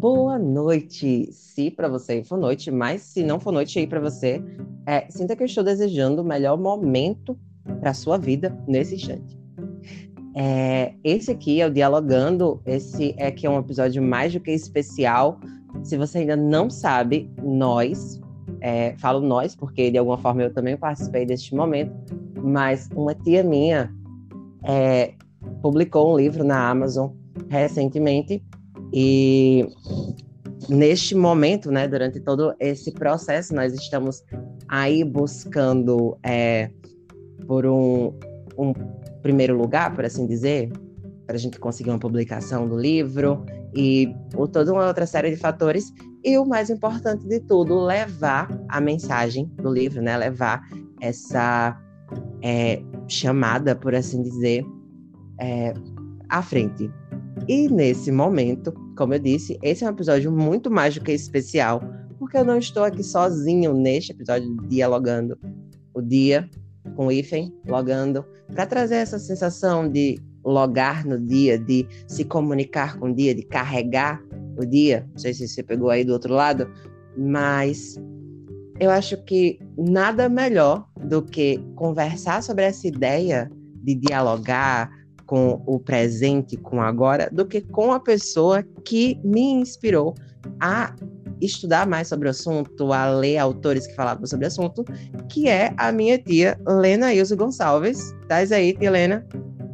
Boa noite, se para você for noite, mas se não for noite aí para você, sinta que eu estou desejando o melhor momento para a sua vida nesse instante. Esse aqui é o Dialogando, esse é que é um episódio mais do que especial. Se você ainda não sabe, falo nós porque de alguma forma eu também participei deste momento, mas uma tia minha publicou um livro na Amazon recentemente e neste momento, né, durante todo esse processo, nós estamos aí buscando por um primeiro lugar, por assim dizer, para a gente conseguir uma publicação do livro e toda uma outra série de fatores. E o mais importante de tudo, levar a mensagem do livro, né, levar essa chamada, por assim dizer, à frente. E nesse momento, como eu disse, esse é um episódio muito mais do que especial, porque eu não estou aqui sozinho neste episódio dialogando o dia com o hífen, logando, para trazer essa sensação de logar no dia, de se comunicar com o dia, de carregar o dia. Não sei se você pegou aí do outro lado, mas eu acho que nada melhor do que conversar sobre essa ideia de dialogar com o presente, com o agora, do que com a pessoa que me inspirou a estudar mais sobre o assunto, a ler autores que falavam sobre o assunto, que é a minha tia Lena Ilse Gonçalves. Estás aí, tia Lena?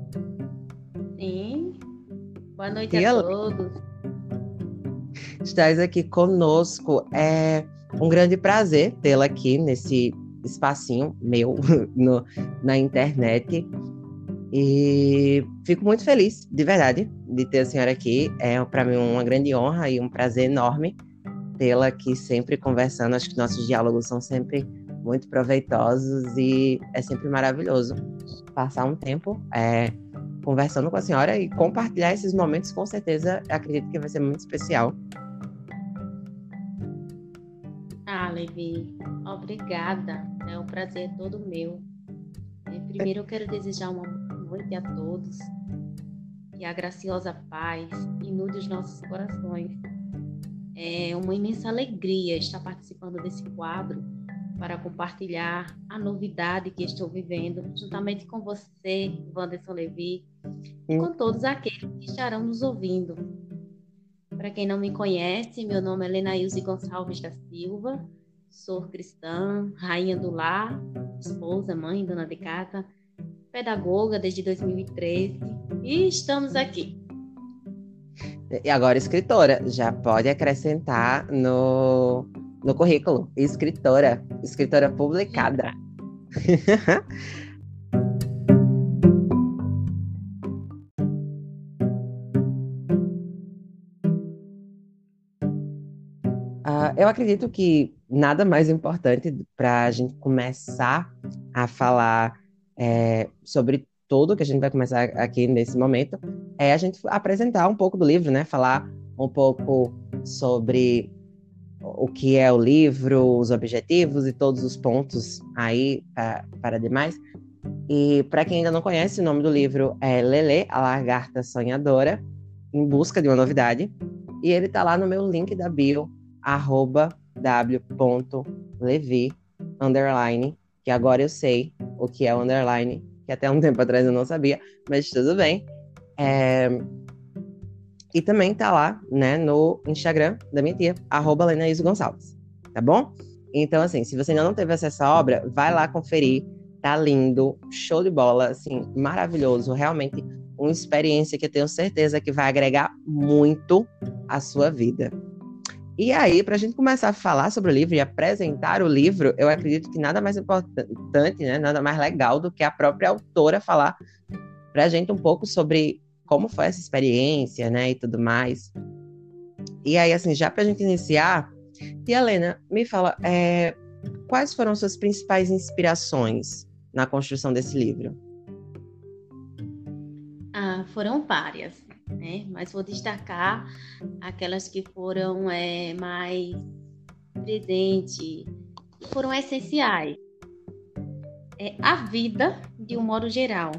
Sim. Boa noite Tia a todos. Estás aqui conosco. É um grande prazer tê-la aqui nesse espacinho meu na internet. E fico muito feliz, de verdade, de ter a senhora aqui. É para mim uma grande honra e um prazer enorme tê-la aqui sempre conversando. Acho que nossos diálogos são sempre muito proveitosos e é sempre maravilhoso passar um tempo conversando com a senhora e compartilhar esses momentos. Com certeza, acredito que vai ser muito especial. Levi, obrigada. É um prazer todo meu. Primeiro eu quero desejar uma boa noite a todos, que a graciosa paz inunde os nossos corações. É uma imensa alegria estar participando desse quadro para compartilhar a novidade que estou vivendo, juntamente com você, Wanderson Levi, e com todos aqueles que estarão nos ouvindo. Para quem não me conhece, meu nome é Lena Ilse Gonçalves da Silva, sou cristã, rainha do lar, esposa, mãe, dona de casa, pedagoga desde 2013 e estamos aqui. E agora escritora, já pode acrescentar no currículo, escritora publicada. Eu acredito que nada mais importante para a gente começar a falar sobre tudo que a gente vai começar aqui nesse momento é a gente apresentar um pouco do livro, né? Falar um pouco sobre o que é o livro, os objetivos e todos os pontos aí para demais. E para quem ainda não conhece, o nome do livro é Lelê, a Lagarta Sonhadora, em busca de uma novidade. E ele tá lá no meu link da bio, @w.levi_, que agora eu sei o que é o underline, que até um tempo atrás eu não sabia, mas tudo bem. E também tá lá, né, no Instagram da minha tia, @LenaIsoGonçalves, tá bom? Então, assim, se você ainda não teve acesso à obra, vai lá conferir, tá lindo, show de bola, assim, maravilhoso, realmente uma experiência que eu tenho certeza que vai agregar muito à sua vida. E aí, para a gente começar a falar sobre o livro e apresentar o livro, eu acredito que nada mais importante, né, nada mais legal do que a própria autora falar para a gente um pouco sobre como foi essa experiência, né, e tudo mais. E aí, assim, já para a gente iniciar, tia Lena, me fala, quais foram suas principais inspirações na construção desse livro? Foram várias, né? Mas vou destacar aquelas que foram mais presentes, foram essenciais. A vida, de um modo geral,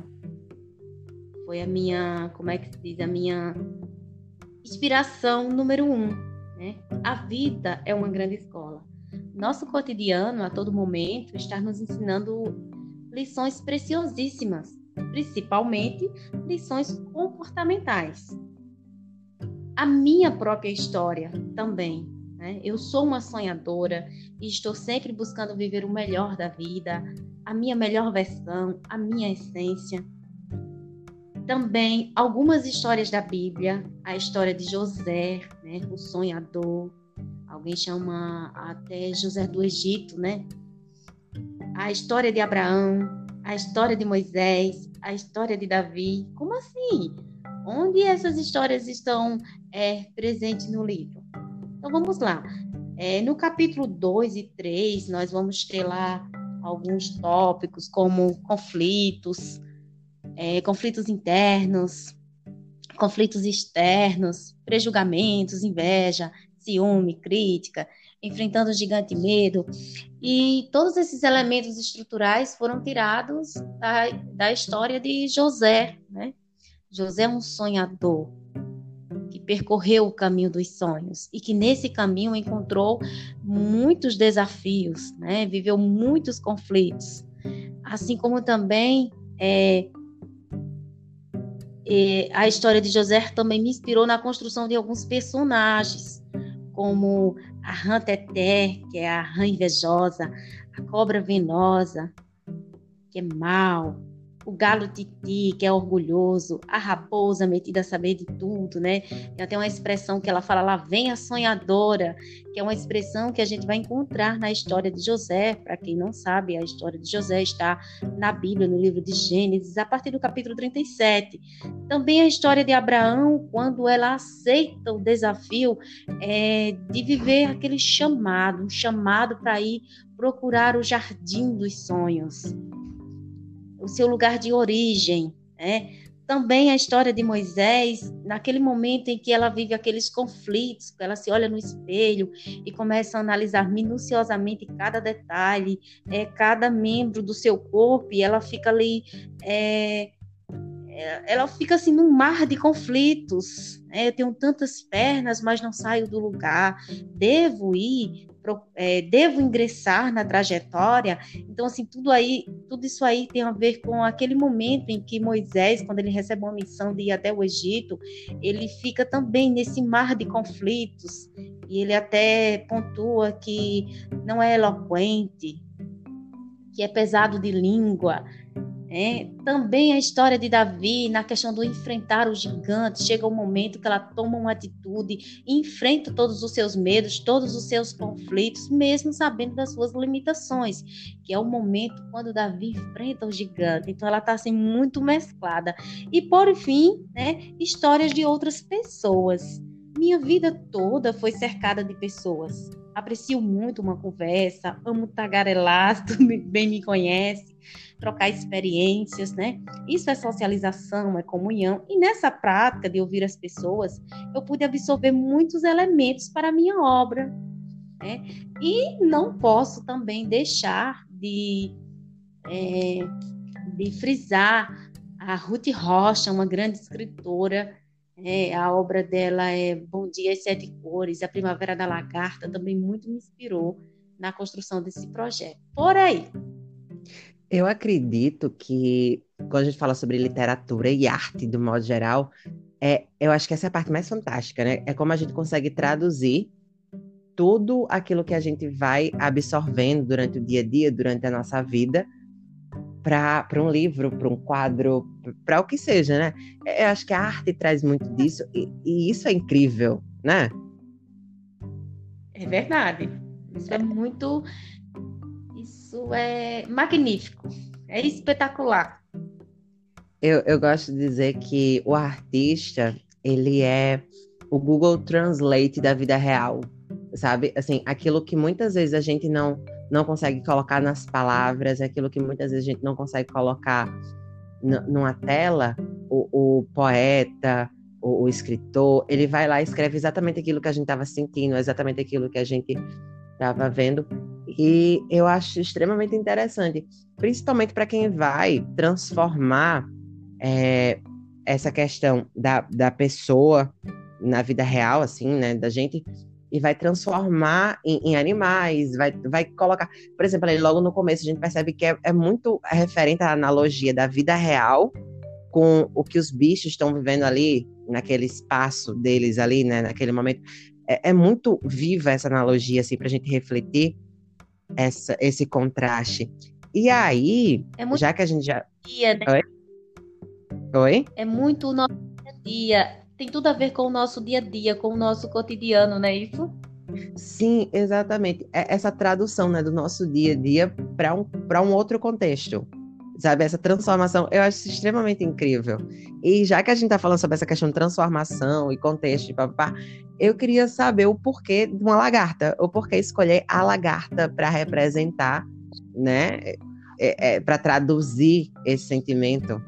foi a minha, como é que se diz, a minha inspiração número 1. né? A vida é uma grande escola. Nosso cotidiano, a todo momento, está nos ensinando lições preciosíssimas, principalmente lições comportamentais. A minha própria história também, né? Eu sou uma sonhadora e estou sempre buscando viver o melhor da vida, a minha melhor versão, a minha essência. Também algumas histórias da Bíblia, a história de José, né, o sonhador, alguém chama até José do Egito, né? A história de Abraão, a história de Moisés, a história de Davi. Como assim? Onde essas histórias estão presentes no livro? Então vamos lá. No capítulo 2 e 3, nós vamos ter lá alguns tópicos como conflitos, conflitos internos, conflitos externos, prejulgamentos, inveja, ciúme, crítica, enfrentando o gigante medo. E todos esses elementos estruturais foram tirados da história de José, né? José é um sonhador que percorreu o caminho dos sonhos e que nesse caminho encontrou muitos desafios, né? Viveu muitos conflitos, assim como também a história de José também me inspirou na construção de alguns personagens, como a rã Teté, que é a rã invejosa, a cobra venenosa, que é mau, o galo Titi, que é orgulhoso, a raposa metida a saber de tudo, né? Tem até uma expressão que ela fala lá, vem a sonhadora, que é uma expressão que a gente vai encontrar na história de José. Para quem não sabe, a história de José está na Bíblia, no livro de Gênesis, a partir do capítulo 37. Também a história de Abraão, quando ela aceita o desafio de viver aquele chamado, um chamado para ir procurar o jardim dos sonhos, o seu lugar de origem, né? Também a história de Moisés, naquele momento em que ela vive aqueles conflitos, ela se olha no espelho e começa a analisar minuciosamente cada detalhe, cada membro do seu corpo, e ela fica ali, ela fica assim num mar de conflitos. Eu tenho tantas pernas, mas não saio do lugar. Devo ir, devo ingressar na trajetória. Então, assim, tudo isso aí tem a ver com aquele momento em que Moisés, quando ele recebe uma missão de ir até o Egito, ele fica também nesse mar de conflitos. E ele até pontua que não é eloquente, que é pesado de língua. Também a história de Davi, na questão do enfrentar o gigante, chega um momento que ela toma uma atitude, enfrenta todos os seus medos, todos os seus conflitos, mesmo sabendo das suas limitações, que é o momento quando Davi enfrenta o gigante. Então ela está assim muito mesclada. E por fim, né, histórias de outras pessoas. Minha vida toda foi cercada de pessoas. Aprecio muito uma conversa, amo tagarelar, tu bem me conhece, trocar experiências, né? Isso é socialização, é comunhão. E nessa prática de ouvir as pessoas, eu pude absorver muitos elementos para a minha obra, né? E não posso também deixar de frisar a Ruth Rocha, uma grande escritora. A obra dela é Bom Dia às Sete Cores, A Primavera da Lagarta, também muito me inspirou na construção desse projeto. Por aí. Eu acredito que, quando a gente fala sobre literatura e arte, do modo geral, eu acho que essa é a parte mais fantástica, né? É como a gente consegue traduzir tudo aquilo que a gente vai absorvendo durante o dia a dia, durante a nossa vida, para um livro, para um quadro, para o que seja, né? Eu acho que a arte traz muito disso e isso é incrível, né? É verdade. Isso é magnífico, é espetacular. Eu gosto de dizer que o artista, ele é o Google Translate da vida real, sabe? Assim, aquilo que muitas vezes a gente não consegue colocar nas palavras, aquilo que muitas vezes a gente não consegue colocar numa tela, o poeta, o escritor, ele vai lá e escreve exatamente aquilo que a gente estava sentindo, exatamente aquilo que a gente estava vendo. E eu acho extremamente interessante, principalmente para quem vai transformar essa questão da pessoa na vida real, assim, né, da gente e vai transformar em animais, vai colocar. Por exemplo, ali logo no começo a gente percebe que é muito referente à analogia da vida real com o que os bichos estão vivendo ali, naquele espaço deles ali, né, naquele momento. É muito viva essa analogia, assim, para a gente refletir esse contraste. E aí, É muito já que a gente já. dia, né? Oi? Oi? É muito o nosso dia a dia. Tem tudo a ver com o nosso dia a dia, com o nosso cotidiano, não é isso? Sim, exatamente. É essa tradução, né, do nosso dia a dia para um outro contexto. Sabe, essa transformação, eu acho isso extremamente incrível. E já que a gente está falando sobre essa questão de transformação e contexto, e papapá, eu queria saber o porquê de uma lagarta, o porquê escolher a lagarta para representar, né, para traduzir esse sentimento.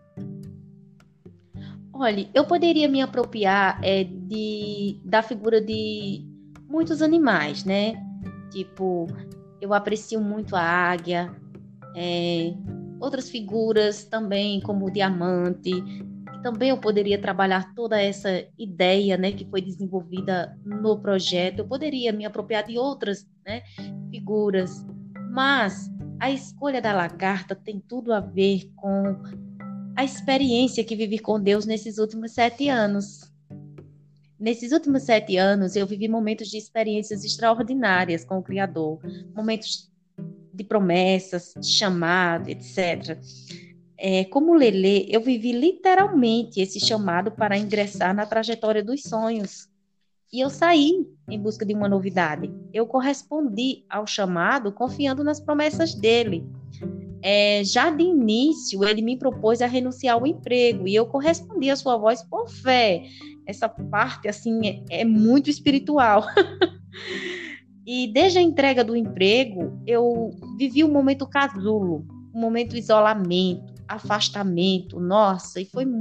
Olha, eu poderia me apropriar da figura de muitos animais, né? Tipo, eu aprecio muito a águia, é, outras figuras também, como o diamante. E também eu poderia trabalhar toda essa ideia, né, que foi desenvolvida no projeto. Eu poderia me apropriar de outras, né, figuras. Mas a escolha da lagarta tem tudo a ver com a experiência que vivi com Deus nesses últimos 7 anos. Nesses últimos 7 anos, eu vivi momentos de experiências extraordinárias com o Criador, momentos de promessas, de chamado, etc. Como Lelê, eu vivi literalmente esse chamado para ingressar na trajetória dos sonhos. E eu saí em busca de uma novidade. Eu correspondi ao chamado confiando nas promessas dele. Já de início, ele me propôs a renunciar ao emprego e eu correspondi à sua voz por fé. Essa parte, assim, é muito espiritual. E desde a entrega do emprego, eu vivi um momento casulo, um momento isolamento, afastamento. Nossa, e foi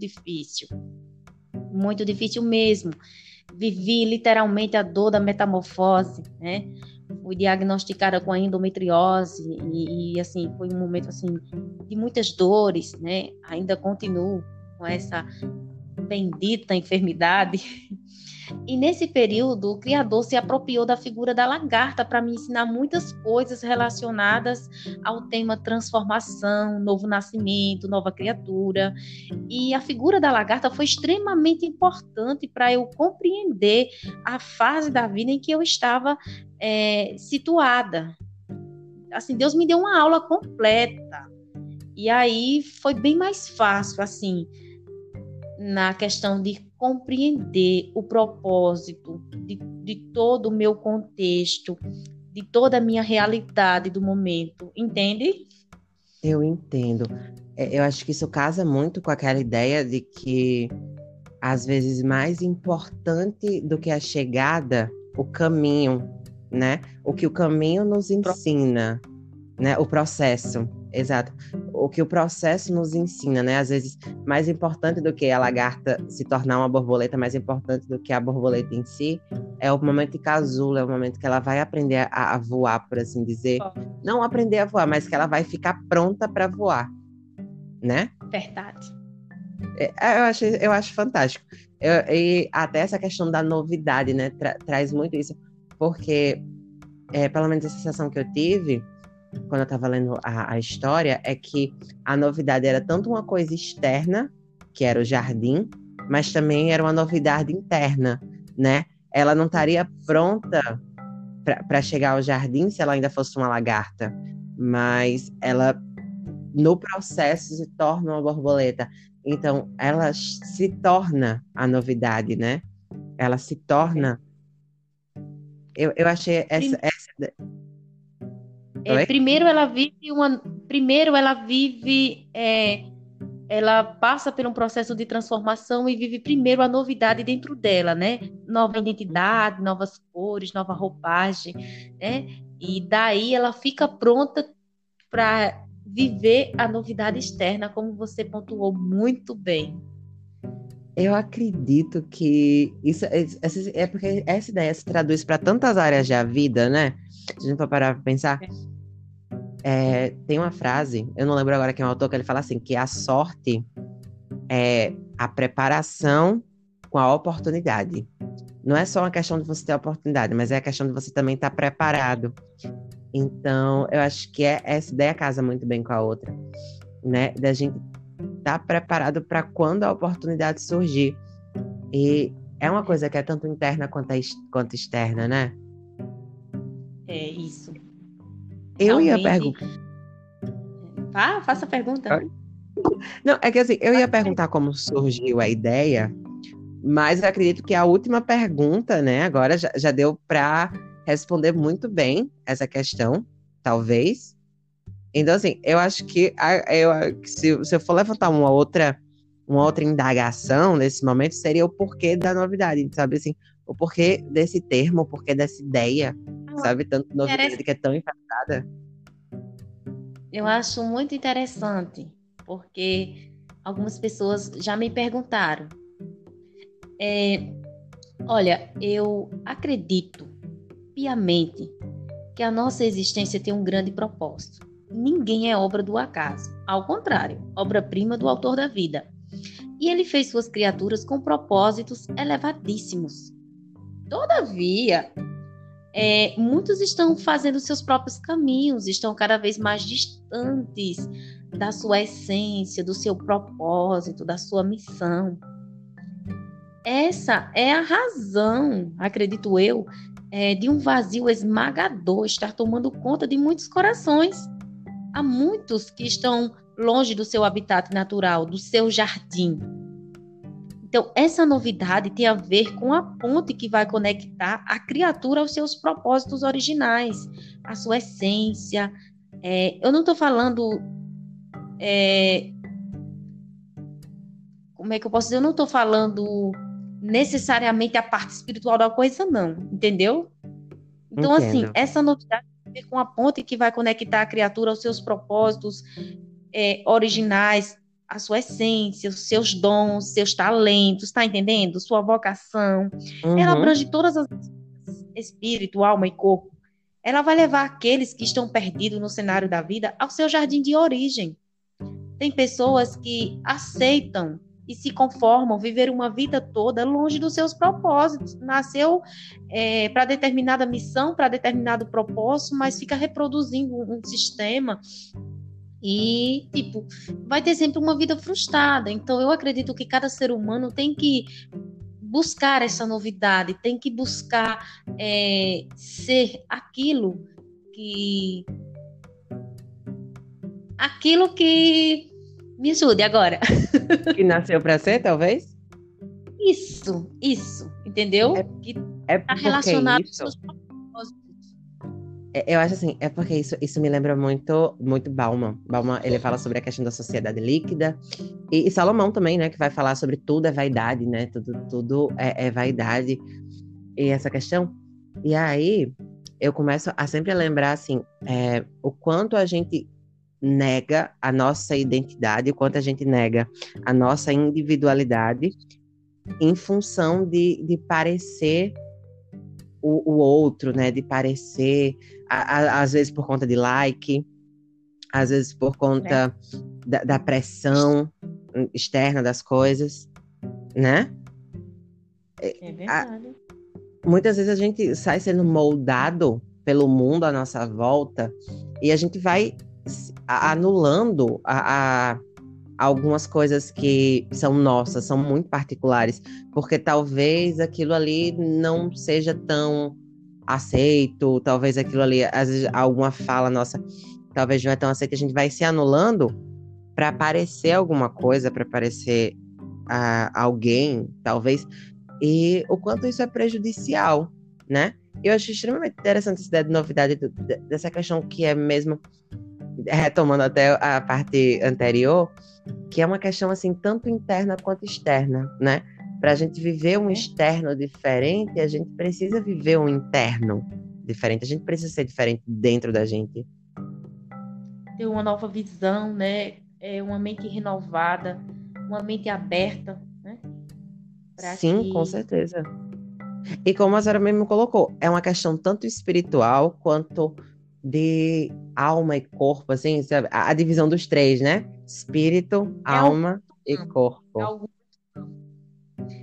muito difícil mesmo. Vivi literalmente a dor da metamorfose, né? Fui diagnosticada com a endometriose e assim, foi um momento assim de muitas dores, né? Ainda continuo com essa bendita enfermidade. E nesse período, o Criador se apropriou da figura da lagarta para me ensinar muitas coisas relacionadas ao tema transformação, novo nascimento, nova criatura. E a figura da lagarta foi extremamente importante para eu compreender a fase da vida em que eu estava situada. Assim, Deus me deu uma aula completa. E aí foi bem mais fácil, assim, na questão de compreender o propósito de todo o meu contexto, de toda a minha realidade do momento, entende? Eu entendo. Eu acho que isso casa muito com aquela ideia de que, às vezes, mais importante do que a chegada, o caminho, né? O que o caminho nos ensina, né? O processo, exato. O que o processo nos ensina, né? Às vezes, mais importante do que a lagarta se tornar uma borboleta, mais importante do que a borboleta em si, é o momento de casulo, é o momento que ela vai aprender a voar, por assim dizer. Não aprender a voar, mas que ela vai ficar pronta para voar, né? Verdade. Eu acho fantástico. E até essa questão da novidade, né? Traz muito isso, porque, pelo menos a sensação que eu tive quando eu estava lendo a história, é que a novidade era tanto uma coisa externa, que era o jardim, mas também era uma novidade interna, né? Ela não estaria pronta para chegar ao jardim se ela ainda fosse uma lagarta, mas ela, no processo, se torna uma borboleta. Então, ela se torna a novidade, né? Ela se torna. Eu achei essa. Oi? Primeiro ela passa por um processo de transformação e vive primeiro a novidade dentro dela, né? Nova identidade, novas cores, nova roupagem, né? E daí ela fica pronta para viver a novidade externa, como você pontuou muito bem. Eu acredito que isso é porque essa ideia se traduz para tantas áreas da vida, né? Se a gente for parar para pensar, tem uma frase, eu não lembro agora quem é o autor, que ele fala assim, que a sorte é a preparação com a oportunidade. Não é só uma questão de você ter a oportunidade, mas é a questão de você também estar preparado. Então, eu acho que essa ideia casa muito bem com a outra, né? Da gente estar preparado para quando a oportunidade surgir. E é uma coisa que é tanto interna quanto externa, né? É isso. Eu ia Realmente. perguntar. Faça a pergunta. Não, é que assim, eu ia Faça a pergunta. perguntar como surgiu a ideia, mas eu acredito que a última pergunta, né, agora já deu para responder muito bem essa questão, talvez. Então, assim, eu acho que se eu for levantar uma outra indagação nesse momento, seria o porquê da novidade, sabe? Assim, o porquê desse termo, o porquê dessa ideia, sabe? Tanto novidade que é tão impactada. Eu acho muito interessante, porque algumas pessoas já me perguntaram. Olha, eu acredito piamente que a nossa existência tem um grande propósito. Ninguém é obra do acaso. Ao contrário, obra-prima do autor da vida. E ele fez suas criaturas com propósitos elevadíssimos. Todavia, muitos estão fazendo seus próprios caminhos, estão cada vez mais distantes da sua essência, do seu propósito, da sua missão. Essa é a razão, acredito eu, de um vazio esmagador estar tomando conta de muitos corações. Há muitos que estão longe do seu habitat natural, do seu jardim. Então, essa novidade tem a ver com a ponte que vai conectar a criatura aos seus propósitos originais, à sua essência. Eu não estou falando. Como é que eu posso dizer? Eu não estou falando necessariamente a parte espiritual da coisa, não, entendeu? Então, assim, Entendo. essa novidade tem a ver com a ponte que vai conectar a criatura aos seus propósitos originais, a sua essência, os seus dons, seus talentos, tá entendendo? Sua vocação. Ela Uhum. abrange todas as espírito, alma e corpo. Ela vai levar aqueles que estão perdidos no cenário da vida ao seu jardim de origem. Tem pessoas que aceitam e se conformam viver uma vida toda longe dos seus propósitos. Nasceu para determinada missão, para determinado propósito, mas fica reproduzindo um sistema e, tipo, vai ter sempre uma vida frustrada. Então, eu acredito que cada ser humano tem que buscar essa novidade, tem que buscar ser que aquilo que me ajude agora. Que nasceu para ser, talvez? Isso, entendeu? É, Que é está porque relacionado aos isso. seus propósitos. Eu acho assim, é porque isso me lembra muito, muito Bauman. Bauman, ele fala sobre a questão da sociedade líquida. E Salomão também, né? Que vai falar sobre tudo é vaidade, né? Tudo é vaidade. E essa questão. E aí, eu começo a sempre lembrar, assim, o quanto a gente nega a nossa identidade, o quanto a gente nega a nossa individualidade em função de parecer o outro, né? De parecer, às vezes por conta de like, às vezes por Né? conta da pressão externa das coisas, né? É A- verdade. Muitas vezes a gente sai sendo moldado pelo mundo à nossa volta e a gente vai anulando algumas coisas que são nossas, são muito particulares, porque talvez aquilo ali não seja tão aceito, talvez aquilo ali, às vezes, alguma fala nossa, talvez não é tão aceita, a gente vai se anulando para parecer alguma coisa, para parecer alguém, talvez, e o quanto isso é prejudicial, né? Eu acho extremamente interessante essa ideia de novidade, dessa questão que é mesmo, retomando até a parte anterior, que é uma questão assim tanto interna quanto externa, né? Para a gente viver um externo diferente, a gente precisa viver um interno diferente. A gente precisa ser diferente dentro da gente. Ter uma nova visão, né? Uma mente renovada, uma mente aberta, né? Para Sim, com que certeza. E como a senhora mesmo colocou, é uma questão tanto espiritual quanto de alma e corpo, assim, sabe? A divisão dos três, né? Espírito, é algo, alma e é corpo. algo.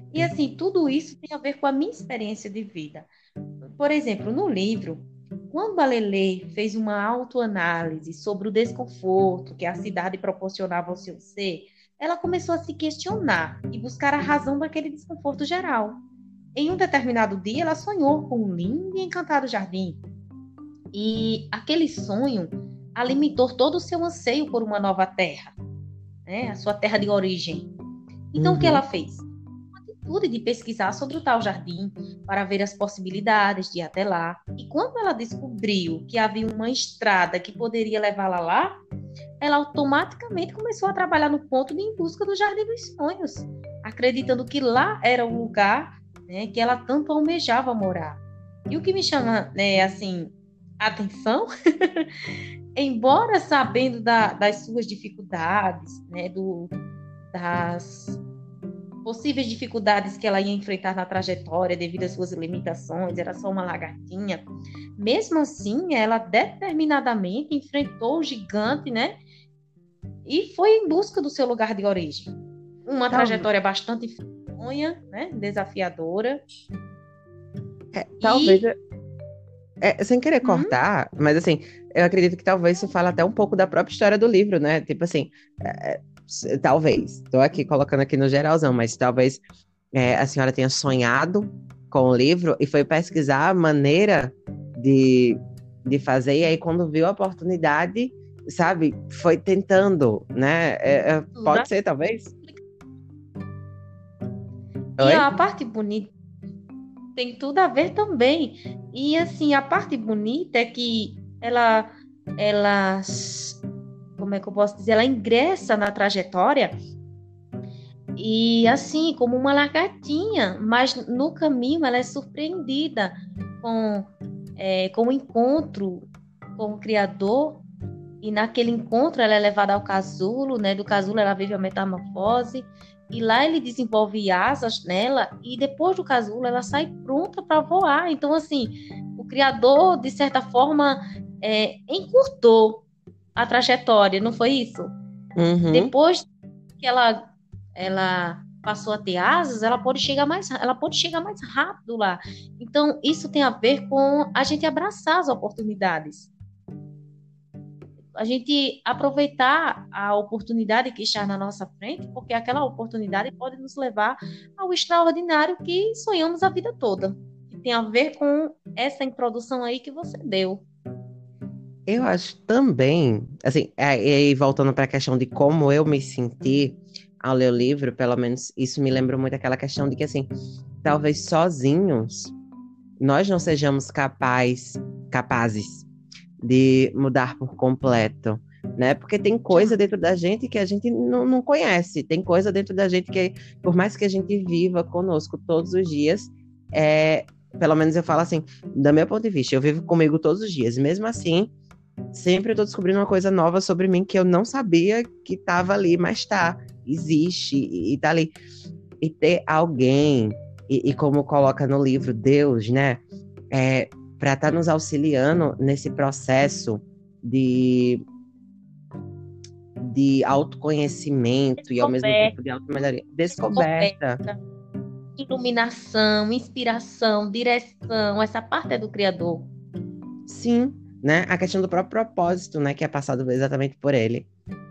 E assim, tudo isso tem a ver com a minha experiência de vida. Por exemplo, no livro, quando a Lele fez uma autoanálise sobre o desconforto que a cidade proporcionava ao seu ser, ela começou a se questionar e buscar a razão daquele desconforto geral. Em um determinado dia, ela sonhou com um lindo e encantado jardim. E aquele sonho alimentou todo o seu anseio por uma nova terra, né? A sua terra de origem. Então, o que ela Uhum. fez? Atitude de pesquisar sobre o tal jardim para ver as possibilidades de ir até lá. E quando ela descobriu que havia uma estrada que poderia levá-la lá, ela automaticamente começou a trabalhar no ponto de em busca do Jardim dos Sonhos, acreditando que lá era o lugar, né, que ela tanto almejava morar. E o que me chama, né, assim, a atenção, embora sabendo das suas dificuldades, né, das possíveis dificuldades que ela ia enfrentar na trajetória devido às suas limitações, era só uma lagartinha. Mesmo assim, ela determinadamente enfrentou o gigante, né? E foi em busca do seu lugar de origem. Uma Tal- trajetória bastante enfadonha, né? Desafiadora. talvez, E sem querer hum, cortar, mas assim, eu acredito que talvez isso fale até um pouco da própria história do livro, né? Tipo assim, talvez, estou aqui colocando aqui no geralzão, mas talvez a senhora tenha sonhado com o livro e foi pesquisar a maneira de, de fazer, e aí quando viu a oportunidade, sabe, foi tentando, né? Pode ser, talvez? e Oi? a parte bonita tem tudo a ver também. E assim, a parte bonita é que ela, como é que eu posso dizer? Ela ingressa na trajetória e assim, como uma lagartinha, mas no caminho ela é surpreendida com, com o encontro com o Criador. E naquele encontro ela é levada ao casulo, né? Do casulo ela vive a metamorfose. E lá ele desenvolve asas nela. E depois do casulo ela sai pronta para voar. Então, assim, o Criador, de certa forma, encurtou a trajetória, não foi isso? Uhum. Depois que ela passou a ter asas, ela pode chegar mais rápido lá. Então, isso tem a ver com a gente abraçar as oportunidades, a gente aproveitar a oportunidade que está na nossa frente, porque aquela oportunidade pode nos levar ao extraordinário que sonhamos a vida toda. E tem a ver com essa introdução aí que você deu. Eu acho também, assim, e aí voltando para a questão de como eu me senti ao ler o livro, pelo menos isso me lembra muito aquela questão de que, assim, talvez sozinhos nós não sejamos capazes de mudar por completo, né? Porque tem coisa dentro da gente que a gente não conhece, tem coisa dentro da gente que, por mais que a gente viva conosco todos os dias, é, pelo menos eu falo assim, do meu ponto de vista, eu vivo comigo todos os dias, mesmo assim, sempre eu tô descobrindo uma coisa nova sobre mim que eu não sabia que estava ali, mas tá, existe e tá ali. E ter alguém, e como coloca no livro, Deus, né? Para estar nos auxiliando nesse processo de, de autoconhecimento e ao mesmo tempo Descoberta, de automelhoria. Descoberta, descoberta, iluminação, inspiração, direção, essa parte é do Criador. sim, né? A questão do próprio propósito, né? Que é passado exatamente por ele.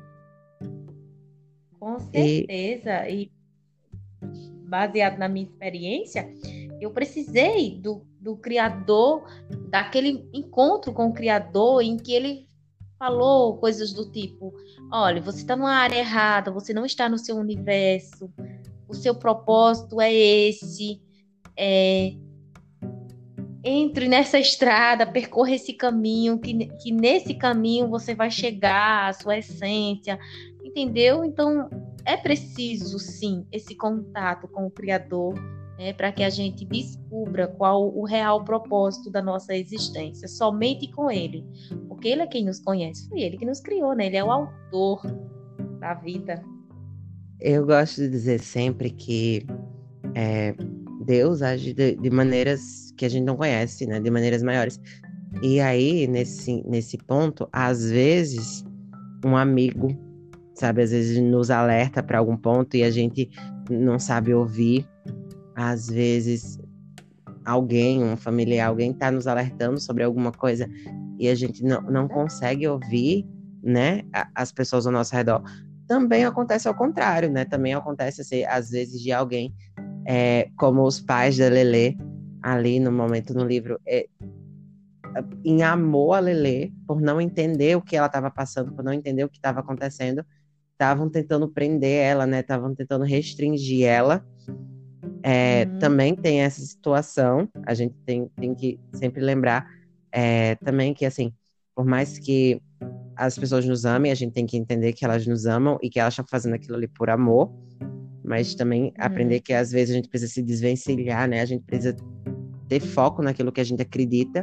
Com E certeza. E baseado na minha experiência, eu precisei do Criador, daquele encontro com o Criador, em que ele falou coisas do tipo: olha, você está numa área errada, você não está no seu universo, o seu propósito é esse, é, entre nessa estrada, percorra esse caminho, que nesse caminho você vai chegar à sua essência, entendeu? Então, é preciso, sim, esse contato com o Criador, né, para que a gente descubra qual o real propósito da nossa existência, somente com Ele, porque Ele é quem nos conhece, foi Ele que nos criou, né? Ele é o autor da vida. eu gosto de dizer sempre que é, Deus age de maneiras que a gente não conhece, né? De maneiras maiores. E aí, nesse ponto, às vezes, um amigo, sabe, às vezes nos alerta para algum ponto e a gente não sabe ouvir. às vezes alguém, um familiar, alguém está nos alertando sobre alguma coisa e a gente não consegue ouvir, né, as pessoas ao nosso redor. Também acontece ao contrário, né? Também acontece, assim, às vezes, de alguém, como os pais da Lelê, ali no momento no livro, em amor a Lelê, por não entender o que ela estava passando, por não entender o que estava acontecendo, estavam tentando prender ela, né? Estavam tentando restringir ela. Também tem essa situação, a gente tem que sempre lembrar também que, assim, por mais que as pessoas nos amem, a gente tem que entender que elas nos amam e que elas estão fazendo aquilo ali por amor, mas também aprender que às vezes a gente precisa se desvencilhar, né? A gente precisa ter foco naquilo que a gente acredita.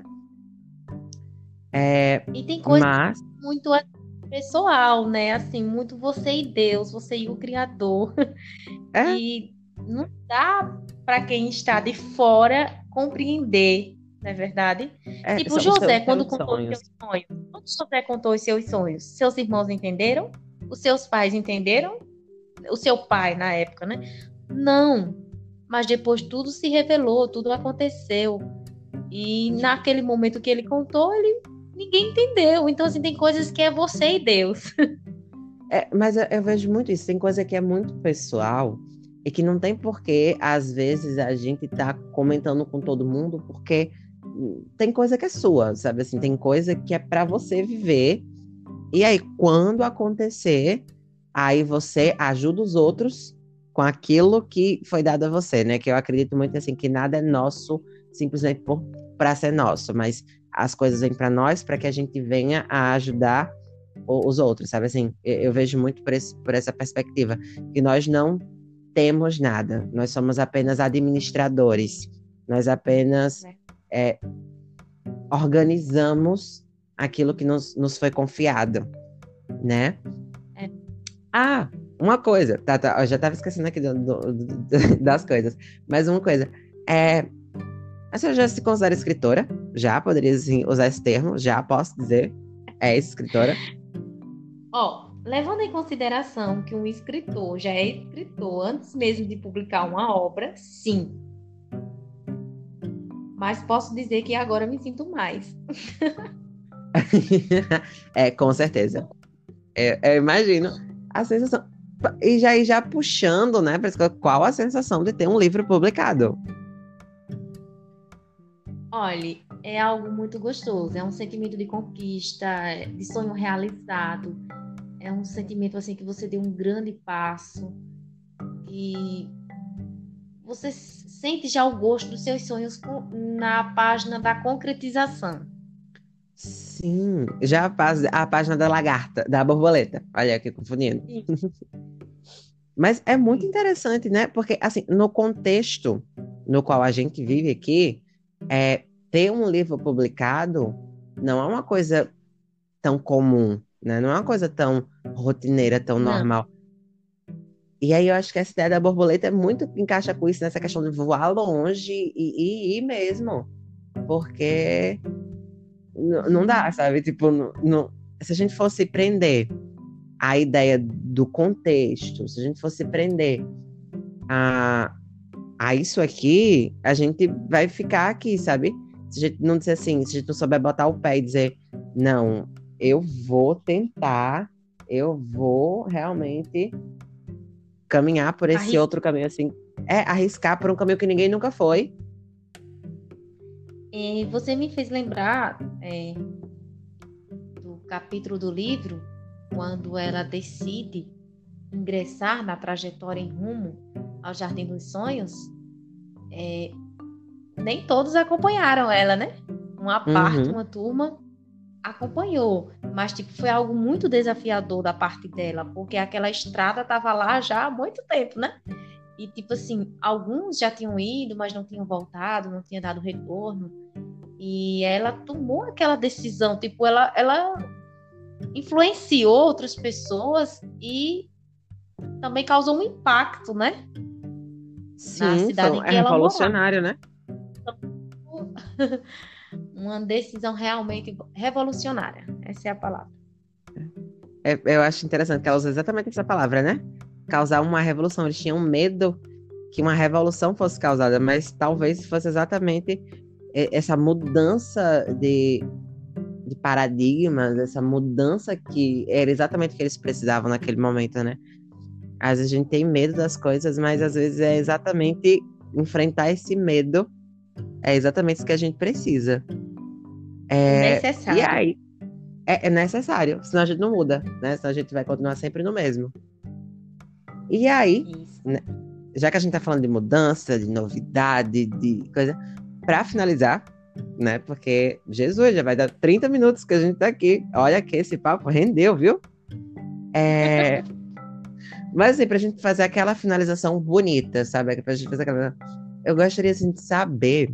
E tem coisa Mas muito pessoal, né? Assim, muito você e Deus, você e o Criador. E não dá para quem está de fora compreender, não é verdade? Tipo são José, seus quando contou os sonhos. seus sonhos. Quando José contou os seus sonhos, seus irmãos entenderam? Os seus pais entenderam? O seu pai, na época, né? Não. Mas depois tudo se revelou, tudo aconteceu. E naquele momento que ele contou, ninguém entendeu. Então, assim, tem coisas que é você e Deus. Mas eu vejo muito isso, tem coisa que é muito pessoal e que não tem porquê, às vezes, a gente tá comentando com todo mundo, porque tem coisa que é sua, sabe? Assim, tem coisa que é para você viver. E aí, quando acontecer, aí você ajuda os outros com aquilo que foi dado a você, né? Que eu acredito muito assim, que nada é nosso simplesmente para ser nosso, mas as coisas vêm para nós para que a gente venha a ajudar os outros, sabe? Assim, eu vejo muito por essa perspectiva, que nós não temos nada, nós somos apenas administradores, nós apenas organizamos aquilo que nos foi confiado, né? Ah, uma coisa, tá, eu já estava esquecendo aqui das coisas, mas uma coisa, a senhora já se considera escritora? Já poderia assim, usar esse termo? Já posso dizer? É escritora? Ó, levando em consideração que um escritor já é escritor antes mesmo de publicar uma obra, sim. Mas posso dizer que agora me sinto mais. Com certeza. Eu imagino a sensação. E já puxando, né? Qual a sensação de ter um livro publicado? Olha, é algo muito gostoso, é um sentimento de conquista, de sonho realizado, é um sentimento assim que você deu um grande passo e você sente já o gosto dos seus sonhos na página da concretização. Sim, já a página da lagarta, da borboleta. Olha aqui, confundindo. Sim. Mas é muito interessante, né? Porque, assim, no contexto no qual a gente vive aqui, ter um livro publicado não é uma coisa tão comum, né? Não é uma coisa tão rotineira, tão Não, normal. E aí eu acho que essa ideia da borboleta é muito encaixa com isso, nessa questão de voar longe e ir mesmo. Porque não dá, sabe? Tipo, se a gente fosse prender a ideia do contexto, se a gente fosse prender a, a isso aqui, a gente vai ficar aqui, sabe? Se a gente não disser assim, se a gente não souber botar o pé e dizer, não, eu vou tentar, eu vou realmente caminhar por esse outro caminho, assim, arriscar por um caminho que ninguém nunca foi. E você me fez lembrar do capítulo do livro, quando ela decide ingressar na trajetória em rumo ao Jardim dos Sonhos. Nem todos acompanharam ela, né? Uma parte, uma turma acompanhou, mas tipo, foi algo muito desafiador da parte dela, porque aquela estrada estava lá já há muito tempo, né? E tipo assim, alguns já tinham ido, mas não tinham voltado, não tinha dado retorno. E ela tomou aquela decisão, tipo, ela influenciou outras pessoas e também causou um impacto, né? Na Sim, cidade em que ela morava. revolucionário, né? Uma decisão realmente revolucionária. Essa é a palavra. Eu acho interessante que ela usa exatamente essa palavra, né? Causar uma revolução. Eles tinham medo que uma revolução fosse causada, mas talvez fosse exatamente essa mudança de paradigmas, essa mudança que era exatamente o que eles precisavam naquele momento, né? Às vezes a gente tem medo das coisas, mas às vezes é exatamente enfrentar esse medo, é exatamente isso que a gente precisa. É E necessário. aí, é necessário, senão a gente não muda, né? Senão a gente vai continuar sempre no mesmo. E aí, Isso. né, já que a gente tá falando de mudança, de novidade, de coisa, para finalizar, né? Porque Jesus já vai dar 30 minutos que a gente tá aqui. Olha que esse papo rendeu, viu? É... Mas assim, pra gente fazer aquela finalização bonita, sabe? Pra gente fazer aquela... Eu gostaria assim, de saber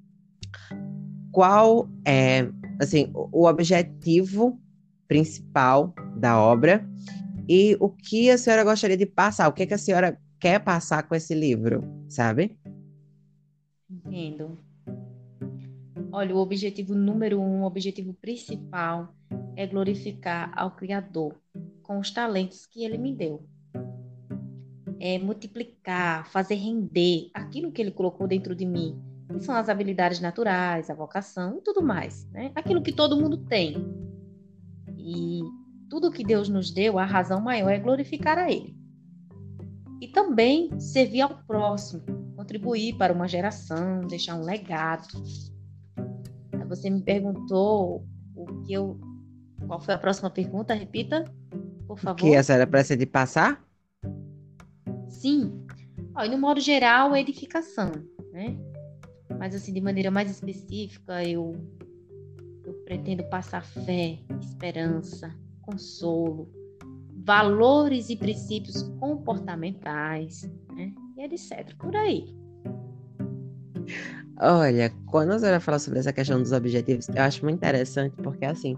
qual é, assim, o objetivo principal da obra e o que a senhora gostaria de passar, o que que a senhora quer passar com esse livro, sabe? Entendo. Olha, o objetivo número um, o objetivo principal é glorificar ao Criador com os talentos que ele me deu. É multiplicar, fazer render aquilo que ele colocou dentro de mim, que são as habilidades naturais, a vocação e tudo mais, né? Aquilo que todo mundo tem. E tudo que Deus nos deu, a razão maior é glorificar a Ele. E também servir ao próximo, contribuir para uma geração, deixar um legado. Você me perguntou qual foi a próxima pergunta? Repita, por O que a favor. senhora precisa de passar? Sim. Ó, e no modo geral, edificação, né? Mas assim, de maneira mais específica, eu pretendo passar fé, esperança, consolo, valores e princípios comportamentais, né? E etc. Por aí. Olha, quando a senhora fala sobre essa questão dos objetivos, eu acho muito interessante, porque assim,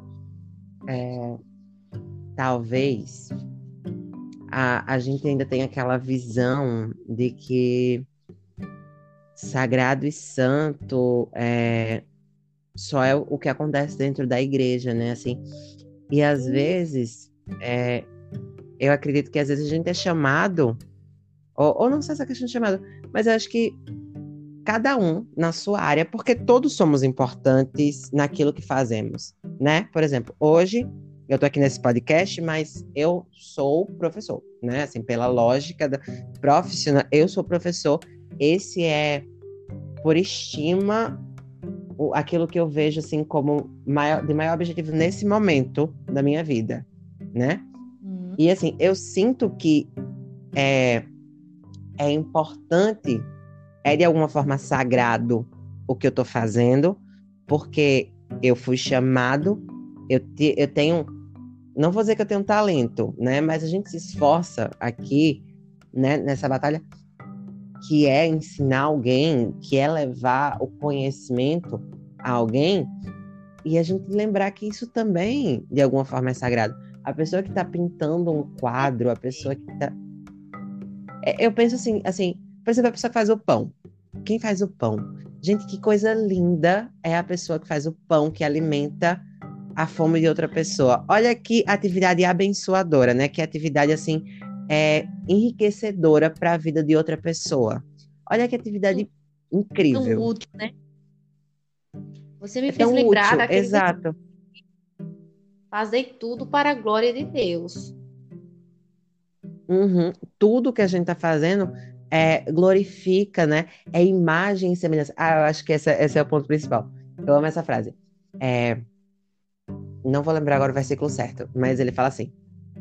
talvez a gente ainda tenha aquela visão de que sagrado e santo só é o que acontece dentro da igreja, né? Assim, e às vezes, eu acredito que às vezes a gente é chamado, ou não sei se é questão de chamado, mas eu acho que cada um na sua área, porque todos somos importantes naquilo que fazemos, né? Por exemplo, hoje eu tô aqui nesse podcast, mas eu sou professor, né? Assim, pela lógica da profissional, eu sou professor. Esse é, por estima, aquilo que eu vejo assim como de maior objetivo nesse momento da minha vida, né? E assim, eu sinto que é, é importante, é de alguma forma sagrado o que eu tô fazendo, porque eu fui chamado, eu tenho, não vou dizer que eu tenho talento, né? Mas a gente se esforça aqui, né, nessa batalha, que é ensinar alguém, que é levar o conhecimento a alguém, e a gente lembrar que isso também, de alguma forma, é sagrado. A pessoa que está pintando um quadro, a pessoa que está... Eu penso assim, por exemplo, a pessoa que faz o pão. Quem faz o pão? Gente, que coisa linda é a pessoa que faz o pão, que alimenta a fome de outra pessoa. Olha que atividade abençoadora, né? Que atividade, assim, enriquecedora para a vida de outra pessoa. Olha que atividade Tão incrível. útil, né? Você me É fez tão lembrar útil, daquele exato. fazer tudo para a glória de Deus. Uhum. Tudo que a gente está fazendo glorifica, né? É imagem e semelhança. Ah, eu acho que esse é o ponto principal. Eu amo essa frase. É, não vou lembrar agora o versículo certo, mas ele fala assim: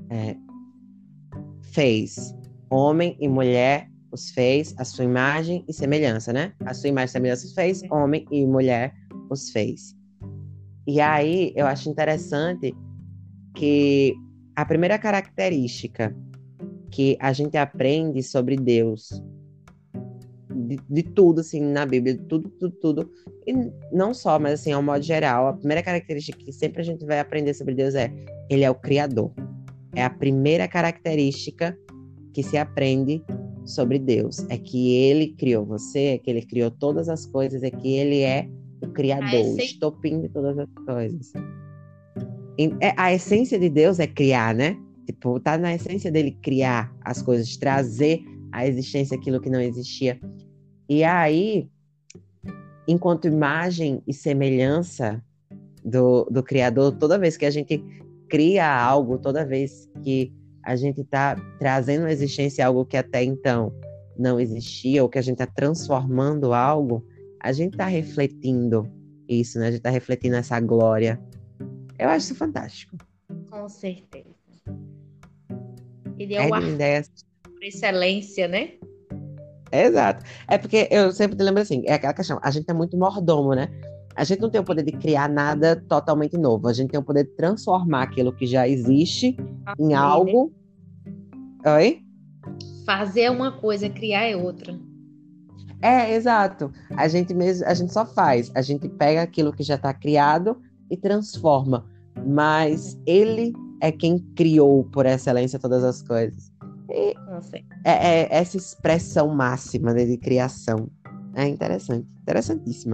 fez homem e mulher, os fez, a sua imagem e semelhança, né? A sua imagem e semelhança os fez, homem e mulher os fez. E aí eu acho interessante que a primeira característica que a gente aprende sobre Deus, de tudo, assim, na Bíblia, tudo. E não só, mas assim, ao modo geral, a primeira característica que sempre a gente vai aprender sobre Deus ele é o Criador. É a primeira característica que se aprende sobre Deus. É que ele criou você, é que ele criou todas as coisas, é que ele é o A Criador, o essência estopim de todas as coisas. A essência de Deus é criar, né? Tipo, tá na essência dele criar as coisas, trazer à existência aquilo que não existia. E aí, enquanto imagem e semelhança do Criador, toda vez que a gente cria algo, toda vez que a gente está trazendo à existência algo que até então não existia, ou que a gente está transformando algo, a gente está refletindo isso, né? A gente está refletindo essa glória. Eu acho isso fantástico. Com certeza. Ele é o Edwin artista Dess. por excelência, né? Exato. É porque eu sempre te lembro assim, é aquela questão, a gente é muito mordomo, né? A gente não tem o poder de criar nada totalmente novo. A gente tem o poder de transformar aquilo que já existe em Ler, né? algo. Oi? Fazer é uma coisa, criar é outra. É, exato. A gente só faz. A gente pega aquilo que já está criado e transforma. Mas ele é quem criou por excelência todas as coisas. E Com certeza. é essa expressão máxima, né, de criação. É interessante. Interessantíssima.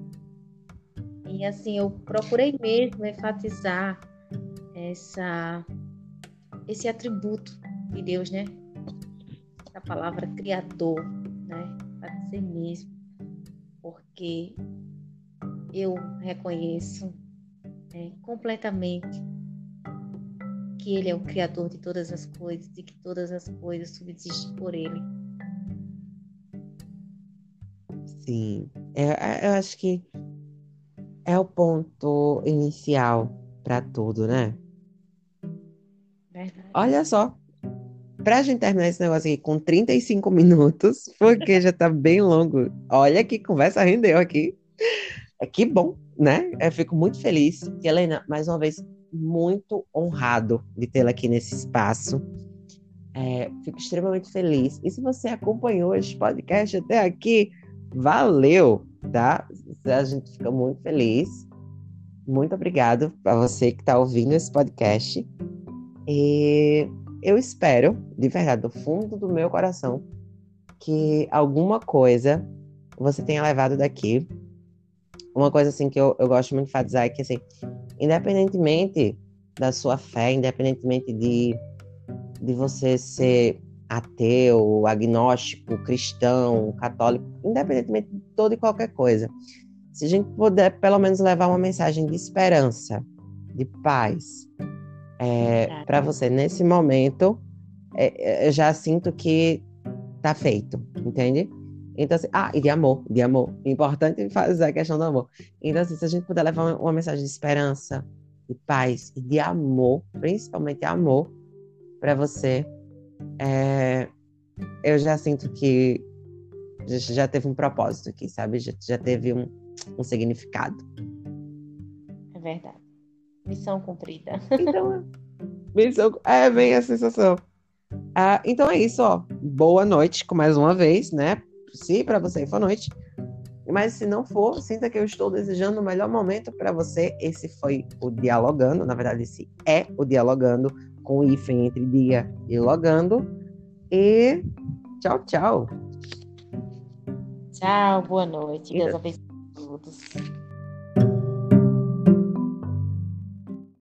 E assim, eu procurei mesmo enfatizar esse atributo de Deus, né? A palavra criador, né? Para dizer mesmo, porque eu reconheço completamente que Ele é o criador de todas as coisas e que todas as coisas subsistem por Ele. Sim. Eu acho que é o ponto inicial para tudo, né? Verdade. Olha só. Pra gente terminar esse negócio aqui com 35 minutos, porque já tá bem longo. Olha que conversa rendeu aqui. É que bom, né? Eu fico muito feliz. E, Helena, mais uma vez, muito honrado de tê-la aqui nesse espaço. Fico extremamente feliz. E se você acompanhou este podcast até aqui, valeu, tá? A gente fica muito feliz. Muito obrigado a você que está ouvindo esse podcast. E eu espero, de verdade, do fundo do meu coração, que alguma coisa você tenha levado daqui. Uma coisa assim que eu gosto muito de enfatizar é que, assim, independentemente da sua fé, independentemente de você ser ateu, agnóstico, cristão, católico, independentemente de toda e qualquer coisa, se a gente puder pelo menos levar uma mensagem de esperança, de paz, para você nesse momento, eu já sinto que tá feito, entende? Então, assim, e de amor, de amor. Importante fazer a questão do amor. Então, assim, se a gente puder levar uma mensagem de esperança, de paz e de amor, principalmente amor, para você, eu já sinto que já teve um propósito aqui, sabe? Já teve um significado. É verdade. Missão cumprida. Então, é bem a sensação. Então é isso, ó. Boa noite, com mais uma vez, né? Se para você for noite. Mas se não for, sinta que eu estou desejando o melhor momento para você. Esse foi o Dialogando. Na verdade, esse é o Dialogando, com o hífen entre dia e logando. E tchau, tchau. Tchau, boa noite. Deus Então, abençoe a todos.